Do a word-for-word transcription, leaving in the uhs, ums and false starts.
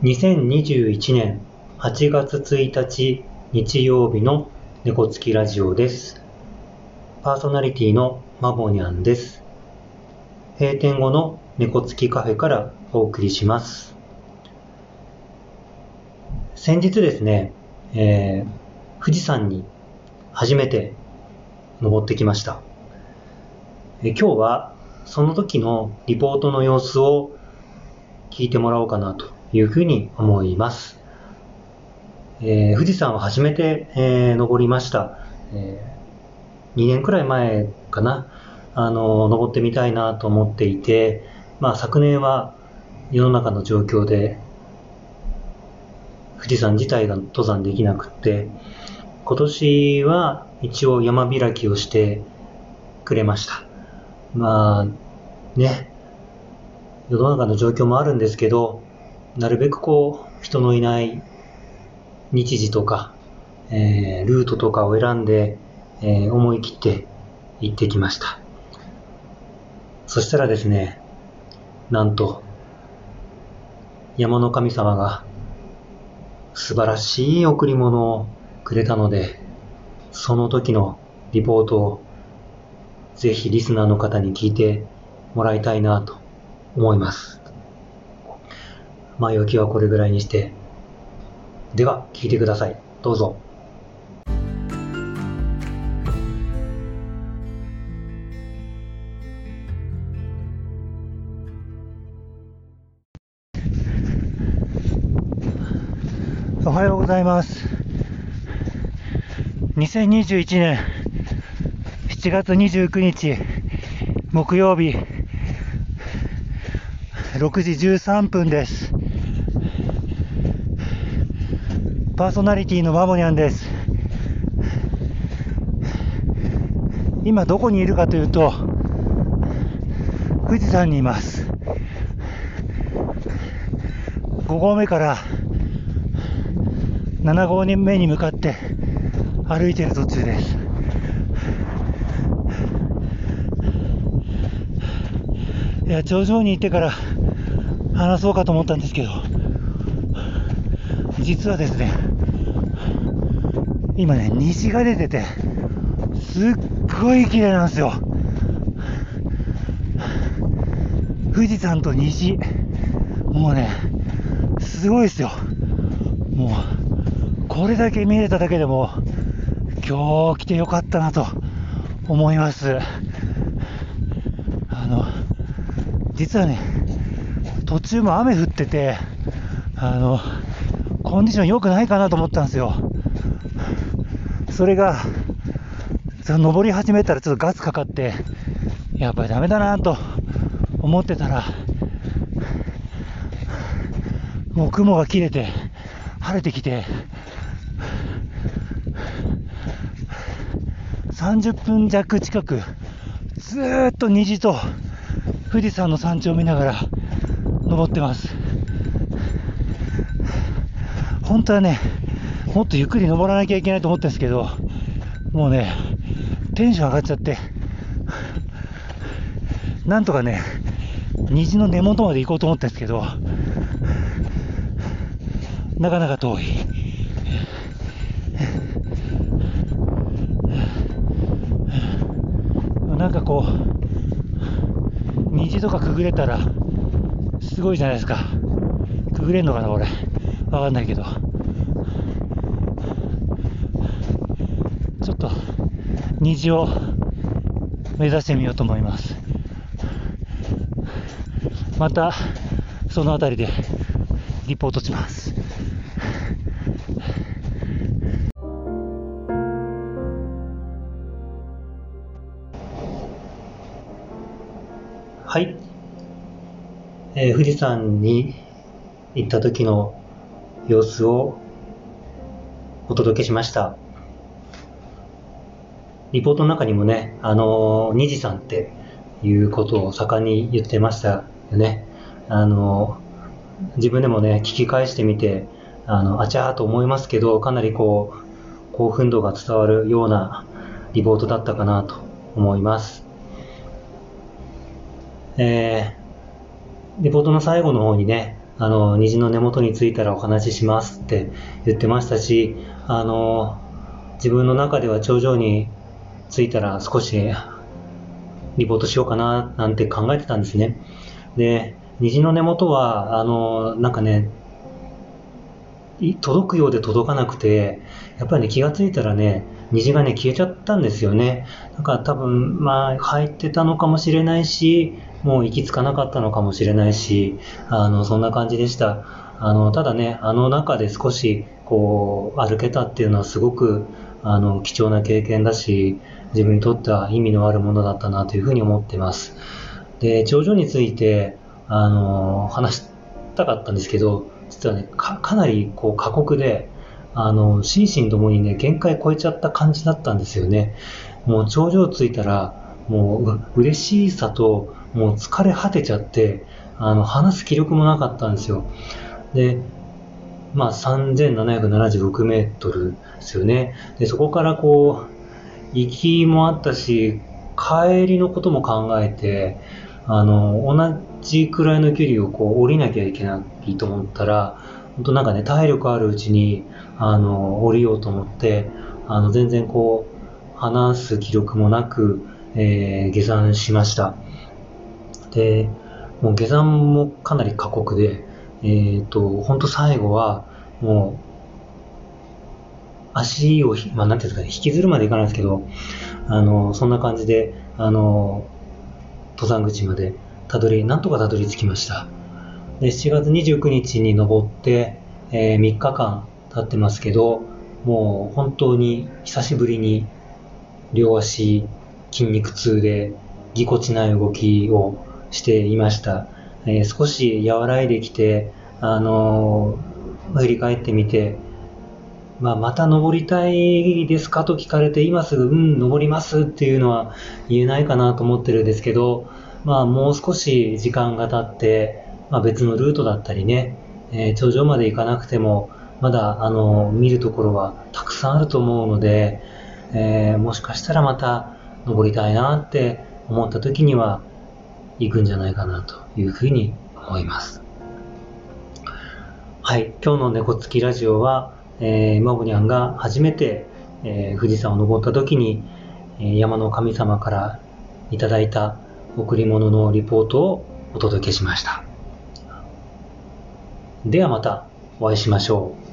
にせんにじゅういちねんはちがつついたち日曜日の猫つきラジオです。パーソナリティのまぼにゃんです。閉店後の猫つきカフェからお送りします。先日ですね、えー、富士山に初めて登ってきました。えー、今日はその時のリポートの様子を聞いてもらおうかなというふうに思います。えー、富士山を初めて、えー、登りました、えー。にねんくらい前かな、あの登ってみたいなと思っていて、まあ、昨年は世の中の状況で富士山自体が登山できなくって、今年は一応山開きをしてくれました。まあね、世の中の状況もあるんですけど、なるべくこう人のいない日時とか、えー、ルートとかを選んで、えー、思い切って行ってきました。そしたらですね、なんと山の神様が素晴らしい贈り物をくれたので、その時のリポートをぜひリスナーの方に聞いてもらいたいなと思います。前置きはこれぐらいにして、では聞いてください。どうぞ。おはようございます。にせんにじゅういちねんしちがつにじゅうくにち木曜日ろくじじゅうさんぷんです。パーソナリティのまぼにゃんです。今どこにいるかというと、富士山にいます。ごごうめからななごうめに向かって歩いている途中です。いや、頂上に行ってから話そうかと思ったんですけど、実はですね、今ね、虹が出ててすっごい綺麗なんですよ。富士山と虹、もうねすごいですよ。もうこれだけ見れただけでも今日来てよかったなと思います。あの実はね、途中も雨降ってて、あのコンディション良くないかなと思ったんですよ。それが登り始めたらちょっとガスかかって、やっぱりダメだなと思ってたら、もう雲が切れて晴れてきて、さんじゅっぷんじゃく近くずーっと虹と富士山の山頂を見ながら登ってます。本当はね、もっとゆっくり登らなきゃいけないと思ったんですけど、もうねテンション上がっちゃって、なんとかね虹の根元まで行こうと思ったんですけど、なかなか遠い。なんかこう虹とかくぐれたらすごいじゃないですか。くぐれんのかな、俺わかんないけど、ちょっと虹を目指してみようと思います。またそのあたりでリポートします。はい、えー、富士山に行った時の様子をお届けしました。リポートの中にもね、あのー、虹さんっていうことを盛んに言ってましたよね。あのー、自分でもね聞き返してみて、あのあちゃーと思いますけど、かなりこう興奮度が伝わるようなリポートだったかなと思います。えー、リポートの最後の方にね、 あの、虹の根元に着いたらお話ししますって言ってましたし、あの、自分の中では頂上に着いたら少しリポートしようかななんて考えてたんですね。で、虹の根元は、あの、なんかね、届くようで届かなくて、やっぱりね、気がついたらね、虹がね、消えちゃったんですよね。だから多分、まあ、入ってたのかもしれないし、もう行き着かなかったのかもしれないし、あの、そんな感じでした。あの、ただね、あの中で少し、こう、歩けたっていうのはすごく、あの、貴重な経験だし、自分にとっては意味のあるものだったなというふうに思っています。で、頂上について、あの、話したかったんですけど、実はね、か、かなりこう過酷で、あの、心身ともにね、限界超えちゃった感じだったんですよね。もう頂上着いたら、もうう嬉しさと、もう疲れ果てちゃって、あの、話す気力もなかったんですよ。で、まあ、さんぜんななひゃくななじゅうろくメートルですよね。で、そこからこう、行きもあったし、帰りのことも考えて、あの、同じくらいの距離をこう降りなきゃいけないと思ったら、本当なんかね、体力あるうちに、あの、降りようと思って、あの、全然こう、話す気力もなく、えー下山しました。で、もう下山もかなり過酷で、えっと、本当最後は、もう、足をひ、まあ、なんていうんですかね、引きずるまでいかないですけど、あの、そんな感じで、あの、登山口までたどり、なんとかたどり着きました。で、しちがつにじゅうくにちに登って、えーみっかかん経ってますけど、もう本当に久しぶりに両足筋肉痛でぎこちない動きをしていました。えー少し和らいできて、あのー振り返ってみて、まあ、また登りたいですかと聞かれて、今すぐ、うん、登りますっていうのは言えないかなと思ってるんですけど、まあ、もう少し時間が経って、まあ、別のルートだったりね、えー頂上まで行かなくても、まだ、あの、見るところはたくさんあると思うので、えーもしかしたらまた登りたいなって思った時には行くんじゃないかなというふうに思います。はい、今日の猫つきラジオは、えー、マボニャンが初めて、えー富士山を登った時に、えー山の神様からいただいた贈り物のリポートをお届けしました。ではまたお会いしましょう。